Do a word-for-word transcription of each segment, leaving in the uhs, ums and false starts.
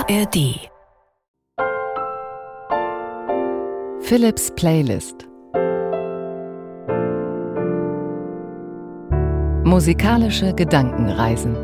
A R D. Philips Playlist. Musikalische Gedankenreisen.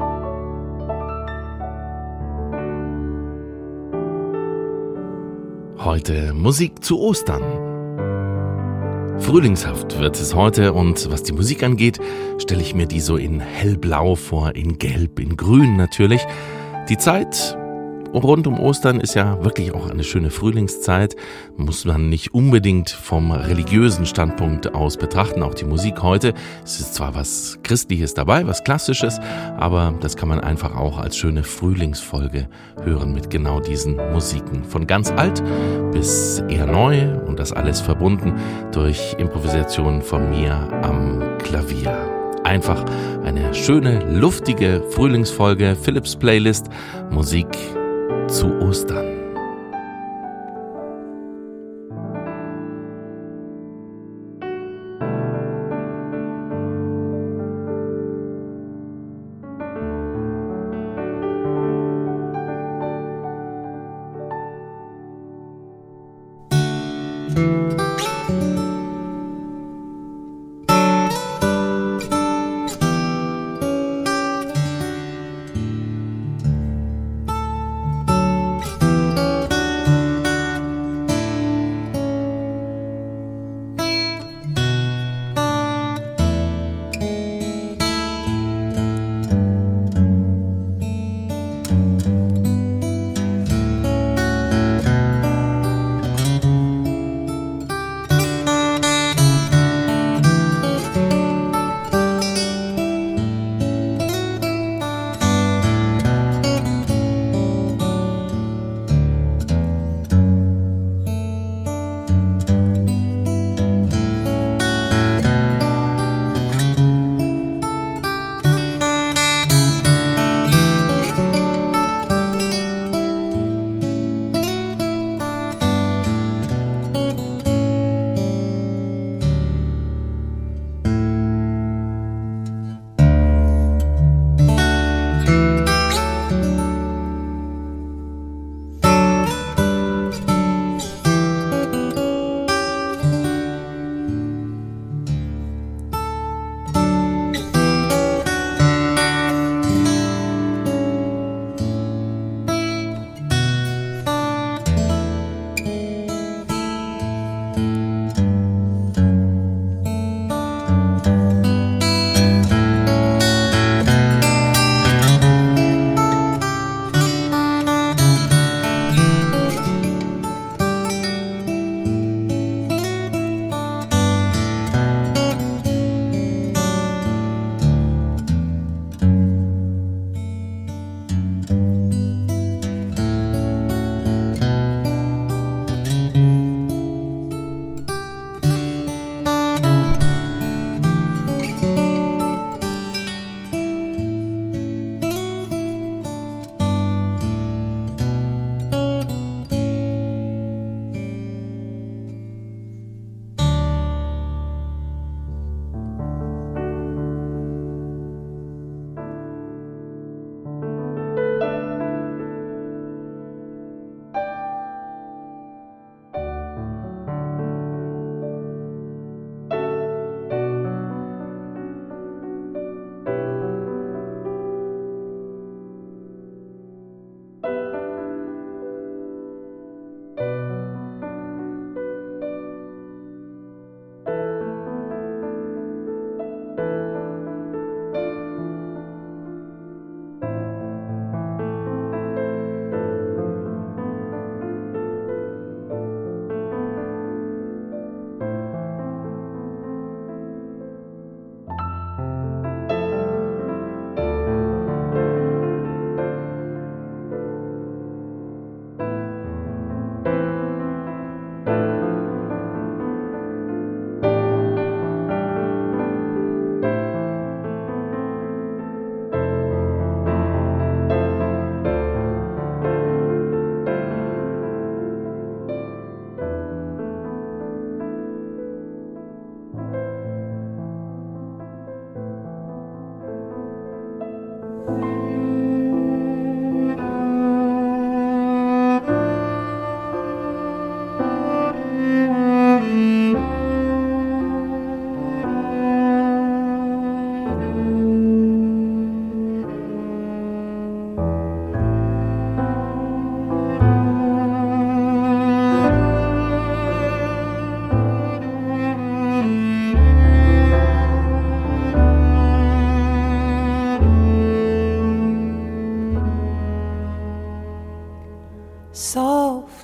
Heute Musik zu Ostern. Frühlingshaft wird es heute und was die Musik angeht, stelle ich mir die so in hellblau vor, in gelb, in grün natürlich. Die Zeit rund um Ostern ist ja wirklich auch eine schöne Frühlingszeit, muss man nicht unbedingt vom religiösen Standpunkt aus betrachten, auch die Musik heute. Es ist zwar was Christliches dabei, was Klassisches, aber das kann man einfach auch als schöne Frühlingsfolge hören mit genau diesen Musiken. Von ganz alt bis eher neu und das alles verbunden durch Improvisationen von mir am Klavier. Einfach eine schöne, luftige Frühlingsfolge, Philips Playlist, Musik zu Ostern.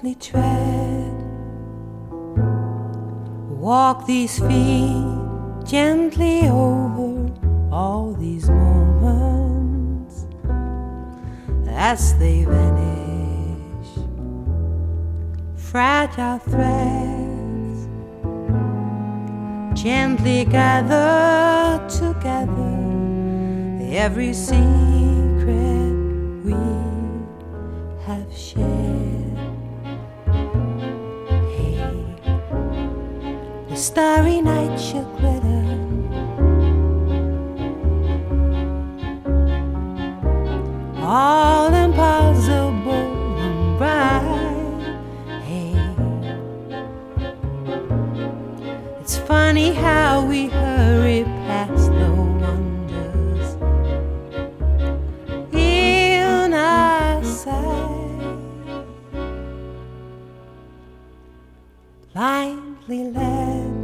softly tread, walk these feet gently over all these moments as they vanish, fragile threads gently gather together every secret we have shared. Hey, the starry night should glitter, all impossible and bright. Hey, it's funny how we hurry past the wonders in our sight, blindly led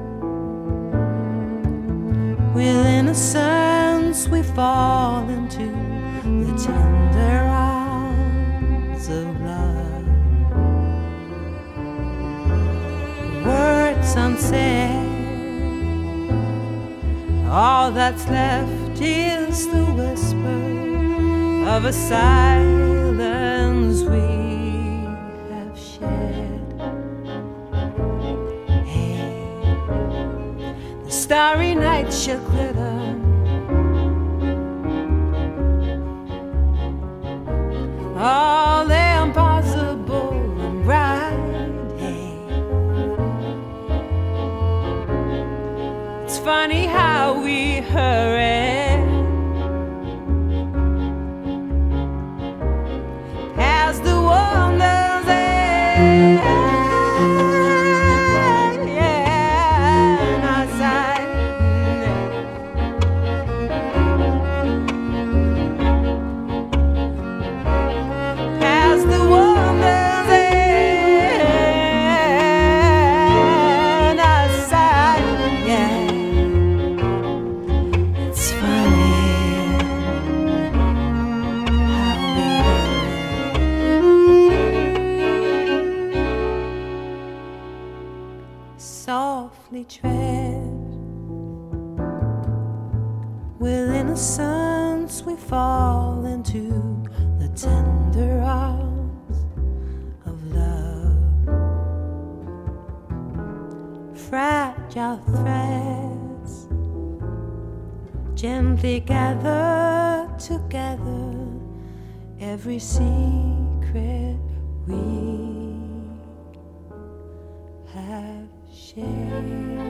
with innocence we fall into the tender arms of love. Words unsaid, all that's left is the whisper of a silence we have shared. Hey, the starry night shall glitter, all the impossible and bright. Hey, it's funny how we hurry past the wonders, and yeah, outside. Past the wonders and outside, yeah. It's funny how we softly tread, with innocence we fall into the tender arms of love. Fragile threads gently gather together every secret we have shared.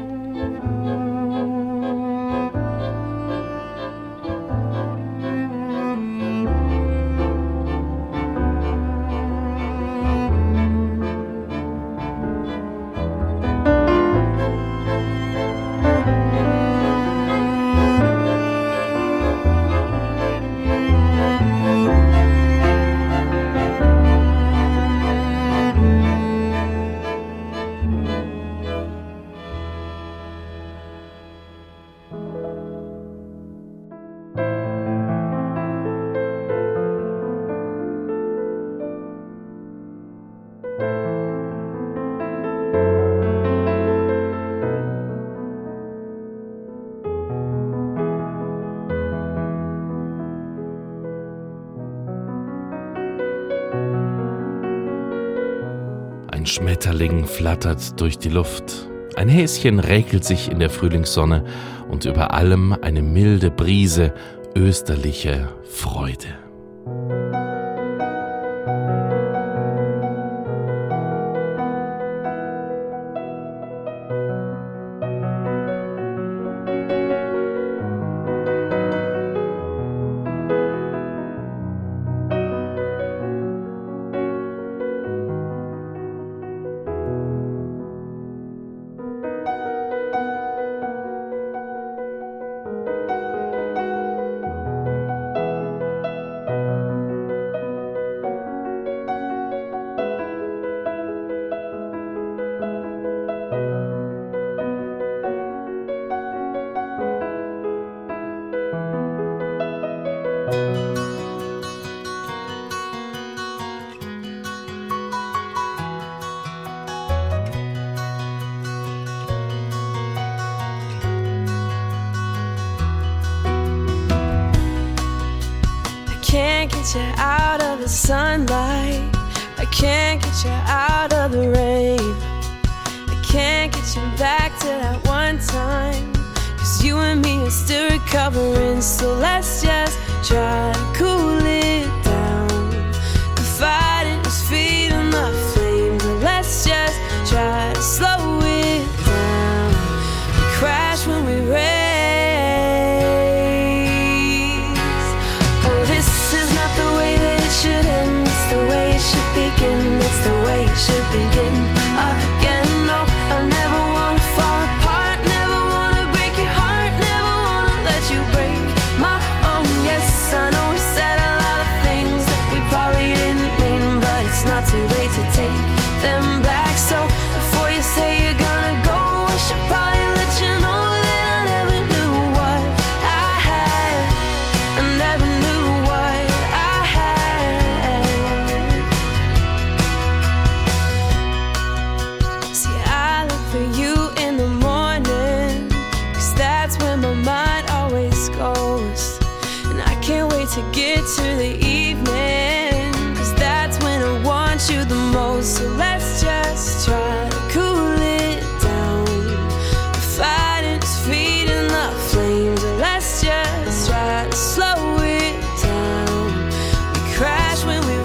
Ein Schmetterling flattert durch die Luft, ein Häschen räkelt sich in der Frühlingssonne und über allem eine milde Brise österliche Freude. can't get you out of the sunlight. I can't get you out of the rain. I can't get you back to that one time. Cause you and me are still recovering. So let's just try to cool it down. The fighting is feeding the flames. And let's just try to slow it down. We crash when we race. Oh, this is not the way that it should end. It's the way it should begin. It's the way it should begin again. No, I never wanna fall apart. Never wanna break your heart. Never wanna let you break my own. Yes, I know we said a lot of things that we probably didn't mean, but it's not too late to take them back. So before you say you're gonna go, I should probably let you know that I never knew what I had. I never knew what I had. See, I look for you in the morning, cause that's where my mind always goes. And I can't wait to get to the evening, cause that's when I want you the most. So let's just try to cool it down. The fighting is feeding the flames. And let's just try to slow it down. We crash when we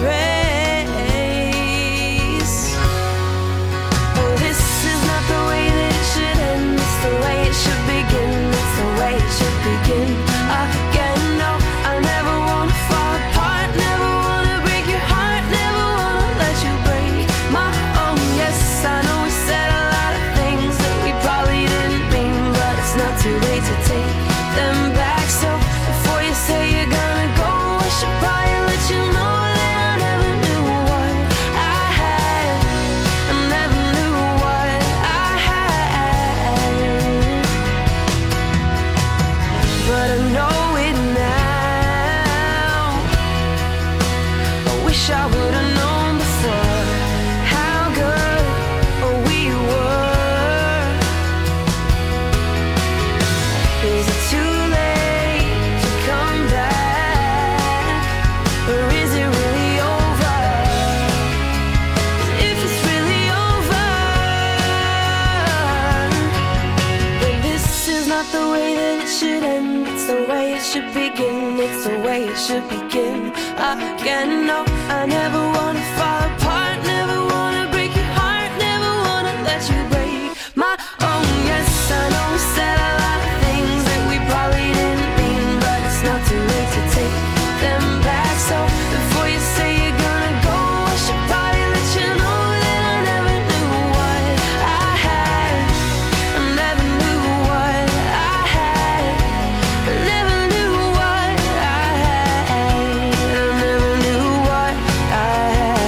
race. Oh, this is not the way that it should end. It's the way it should begin. It's the way it should begin again. No, I never wanna fall apart. Never wanna break your heart. Never wanna let you break my own. Yes, I know we said a lot of things that we probably didn't mean, but it's not too late to take them back. So before you say you're gonna go, I should probably let you know that I never knew what I had. I never knew what I had. But I know it now. I wish I would've known before how good we were. Is it too late to come back? Or is it really over? If it's really over, then this is not the way that it should end. It's the way it should begin. It's the way it should begin again. No, I never wanna fall apart. Never wanna break your heart. Never wanna let you break my own. Yes, I know we said a lot of things that we probably didn't mean, but it's not too late to take them back. So before you say you're gonna go, I should probably let you know that I never knew what I had. I never knew what I had. I never knew what I had. I never knew what I had.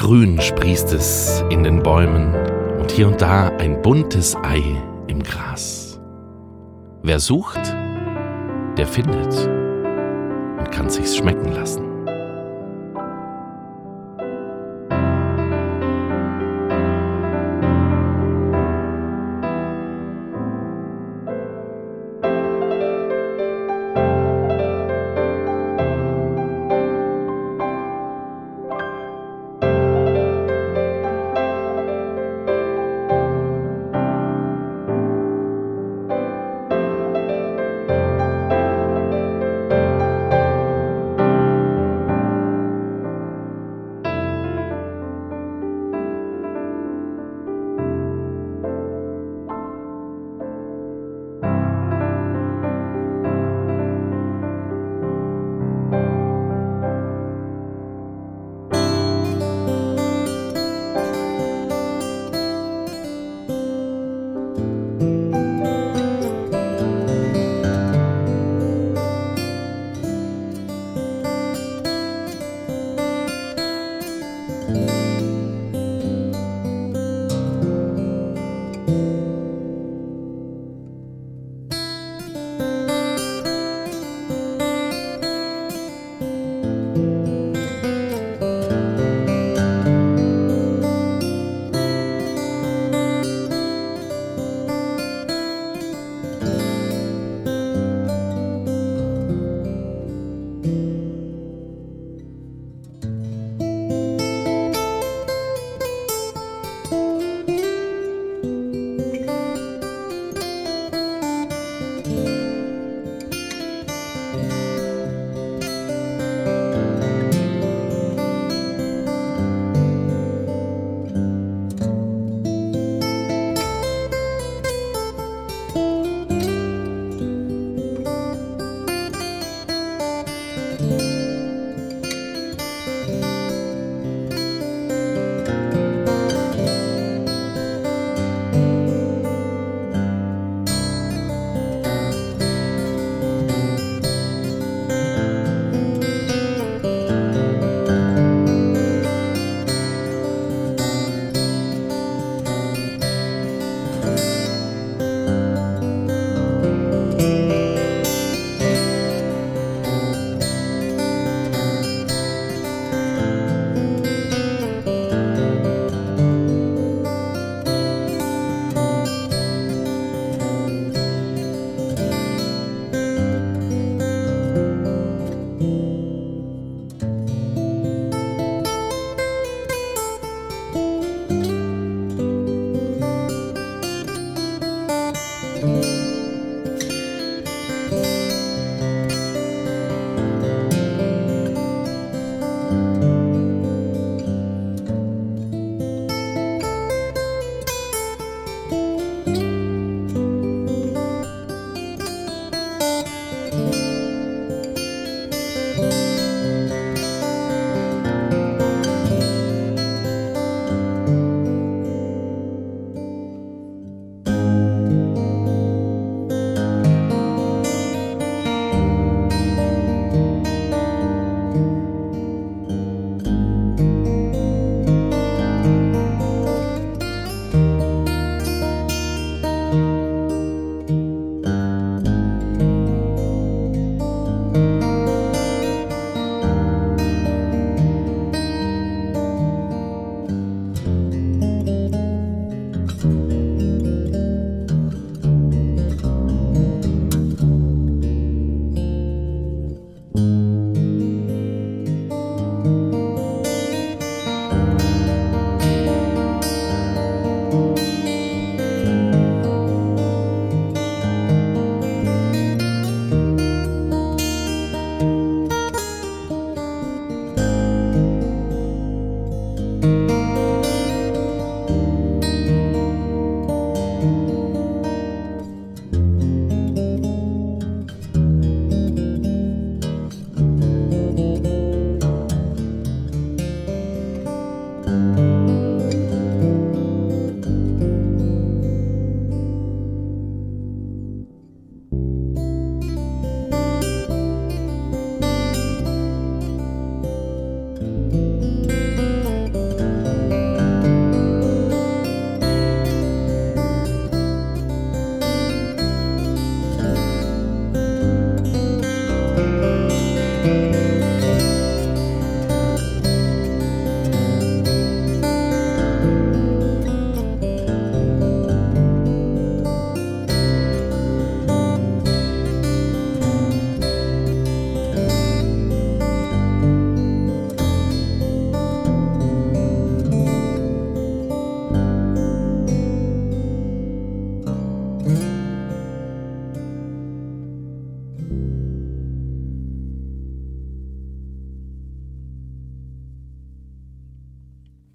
Grün sprießt es in den Bäumen und hier und da ein buntes Ei im Gras. Wer sucht, der findet und kann sich's schmecken lassen.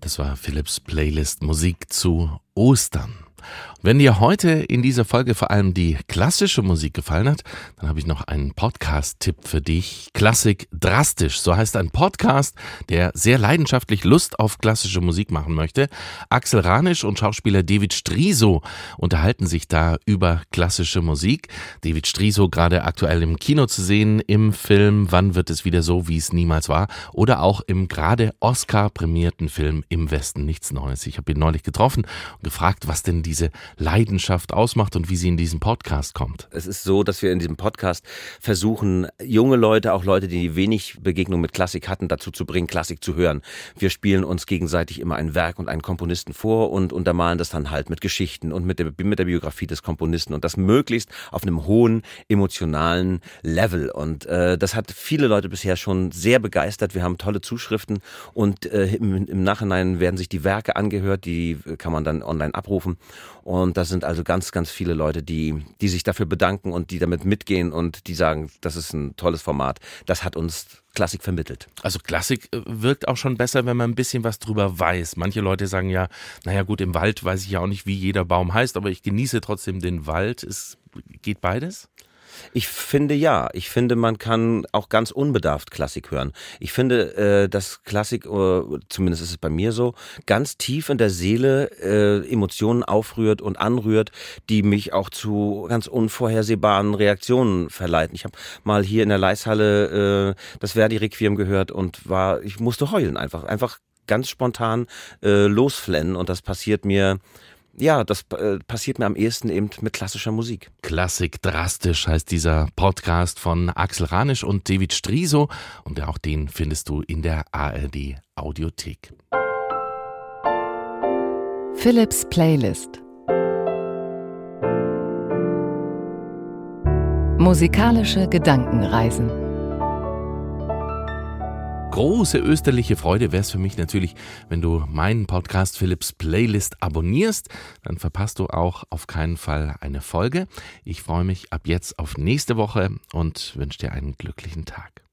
Das war Philips Playlist Musik zu Ostern. Wenn dir heute in dieser Folge vor allem die klassische Musik gefallen hat, dann habe ich noch einen Podcast-Tipp für dich. Klassik drastisch, so heißt ein Podcast, der sehr leidenschaftlich Lust auf klassische Musik machen möchte. Axel Ranisch und Schauspieler David Striso unterhalten sich da über klassische Musik. David Striso gerade aktuell im Kino zu sehen, im Film Wann wird es wieder so, wie es niemals war, oder auch im gerade Oscar-prämierten Film Im Westen nichts Neues. Ich habe ihn neulich getroffen und gefragt, was denn diese Leidenschaft ausmacht und wie sie in diesen Podcast kommt. Es ist so, dass wir in diesem Podcast versuchen, junge Leute, auch Leute, die wenig Begegnung mit Klassik hatten, dazu zu bringen, Klassik zu hören. Wir spielen uns gegenseitig immer ein Werk und einen Komponisten vor und untermalen das dann halt mit Geschichten und mit der, mit der Biografie des Komponisten und das möglichst auf einem hohen emotionalen Level. Und äh, das hat viele Leute bisher schon sehr begeistert. Wir haben tolle Zuschriften und äh, im, im Nachhinein werden sich die Werke angehört, die kann man dann online abrufen. Und das sind also ganz, ganz viele Leute, die, die sich dafür bedanken und die damit mitgehen und die sagen, das ist ein tolles Format. Das hat uns Klassik vermittelt. Also Klassik wirkt auch schon besser, wenn man ein bisschen was drüber weiß. Manche Leute sagen ja, naja gut, im Wald weiß ich ja auch nicht, wie jeder Baum heißt, aber ich genieße trotzdem den Wald. Es geht beides? Ich finde ja. Ich finde, man kann auch ganz unbedarft Klassik hören. Ich finde, äh, dass Klassik, äh, zumindest ist es bei mir so, ganz tief in der Seele äh, Emotionen aufrührt und anrührt, die mich auch zu ganz unvorhersehbaren Reaktionen verleiten. Ich habe mal hier in der Leishalle äh, das Verdi-Requiem gehört und war, ich musste heulen einfach, einfach ganz spontan äh, losflennen und das passiert mir Ja, das äh, passiert mir am ehesten eben mit klassischer Musik. Klassik drastisch heißt dieser Podcast von Axel Ranisch und David Striso und auch den findest du in der A R D Audiothek. Philips Playlist. Musikalische Gedankenreisen. Große österliche Freude wäre es für mich natürlich, wenn du meinen Podcast Philips Playlist abonnierst. Dann verpasst du auch auf keinen Fall eine Folge. Ich freue mich ab jetzt auf nächste Woche und wünsche dir einen glücklichen Tag.